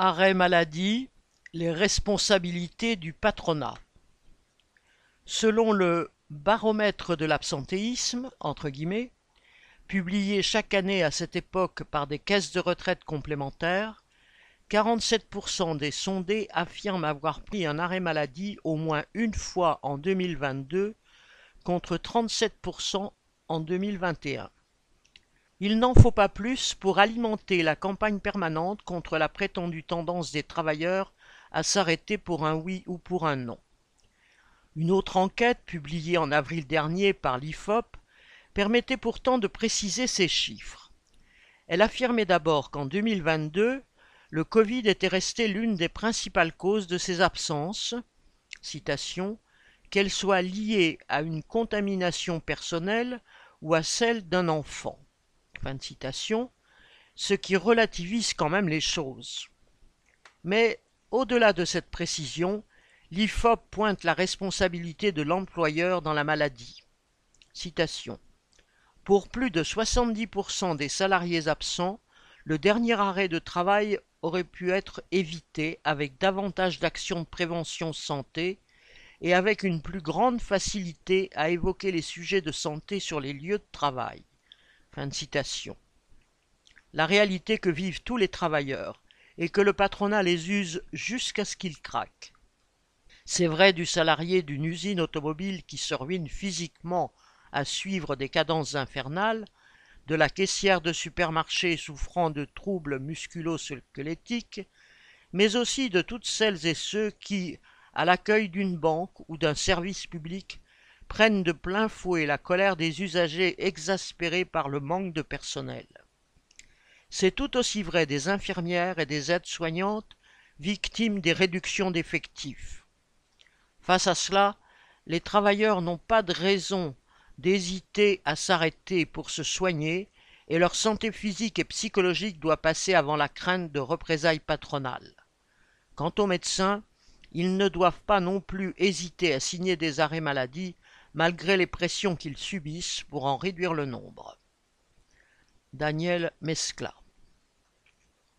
Arrêt maladie, les responsabilités du patronat. Selon le baromètre de l'absentéisme, entre guillemets, publié chaque année à cette époque par des caisses de retraite complémentaires, 47% des sondés affirment avoir pris un arrêt maladie au moins une fois en 2022 contre 37% en 2021. Il n'en faut pas plus pour alimenter la campagne permanente contre la prétendue tendance des travailleurs à s'arrêter pour un oui ou pour un non. Une autre enquête, publiée en avril dernier par l'IFOP, permettait pourtant de préciser ces chiffres. Elle affirmait d'abord qu'en 2022, le Covid était resté l'une des principales causes de ces absences, citation, qu'elles soient liées à une contamination personnelle ou à celle d'un enfant. Fin de citation, ce qui relativise quand même les choses. Mais au-delà de cette précision, l'IFOP pointe la responsabilité de l'employeur dans la maladie. Citation. Pour plus de 70% des salariés absents, le dernier arrêt de travail aurait pu être évité avec davantage d'actions de prévention santé et avec une plus grande facilité à évoquer les sujets de santé sur les lieux de travail. Fin de citation. La réalité que vivent tous les travailleurs est que le patronat les use jusqu'à ce qu'ils craquent. C'est vrai du salarié d'une usine automobile qui se ruine physiquement à suivre des cadences infernales, de la caissière de supermarché souffrant de troubles musculo-squelettiques, mais aussi de toutes celles et ceux qui, à l'accueil d'une banque ou d'un service public, prennent de plein fouet la colère des usagers exaspérés par le manque de personnel. C'est tout aussi vrai des infirmières et des aides-soignantes victimes des réductions d'effectifs. Face à cela, les travailleurs n'ont pas de raison d'hésiter à s'arrêter pour se soigner et leur santé physique et psychologique doit passer avant la crainte de représailles patronales. Quant aux médecins, ils ne doivent pas non plus hésiter à signer des arrêts maladie malgré les pressions qu'ils subissent pour en réduire le nombre. Daniel Mescla.